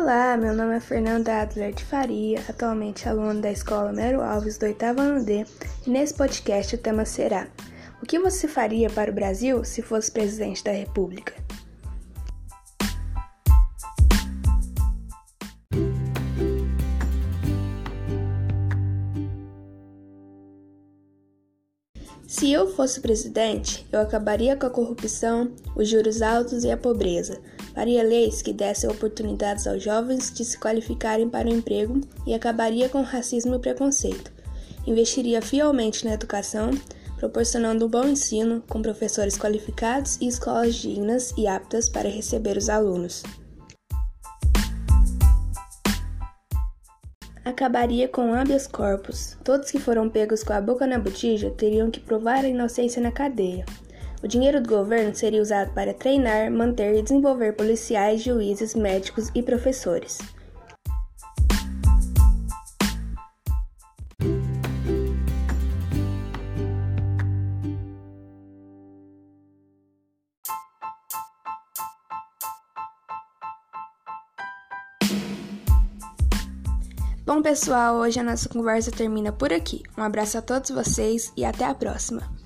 Olá, meu nome é Fernanda Adler de Faria, atualmente aluna da Escola Mero Alves do 8º ano D, e nesse podcast o tema será: o que você faria para o Brasil se fosse presidente da República? Se eu fosse presidente, eu acabaria com a corrupção, os juros altos e a pobreza. Faria leis que dessem oportunidades aos jovens de se qualificarem para o emprego e acabaria com o racismo e o preconceito. Investiria fielmente na educação, proporcionando um bom ensino, com professores qualificados e escolas dignas e aptas para receber os alunos. Acabaria com o habeas corpus. Todos que foram pegos com a boca na botija teriam que provar a inocência na cadeia. O dinheiro do governo seria usado para treinar, manter e desenvolver policiais, juízes, médicos e professores. Bom, pessoal, hoje a nossa conversa termina por aqui. Um abraço a todos vocês e até a próxima!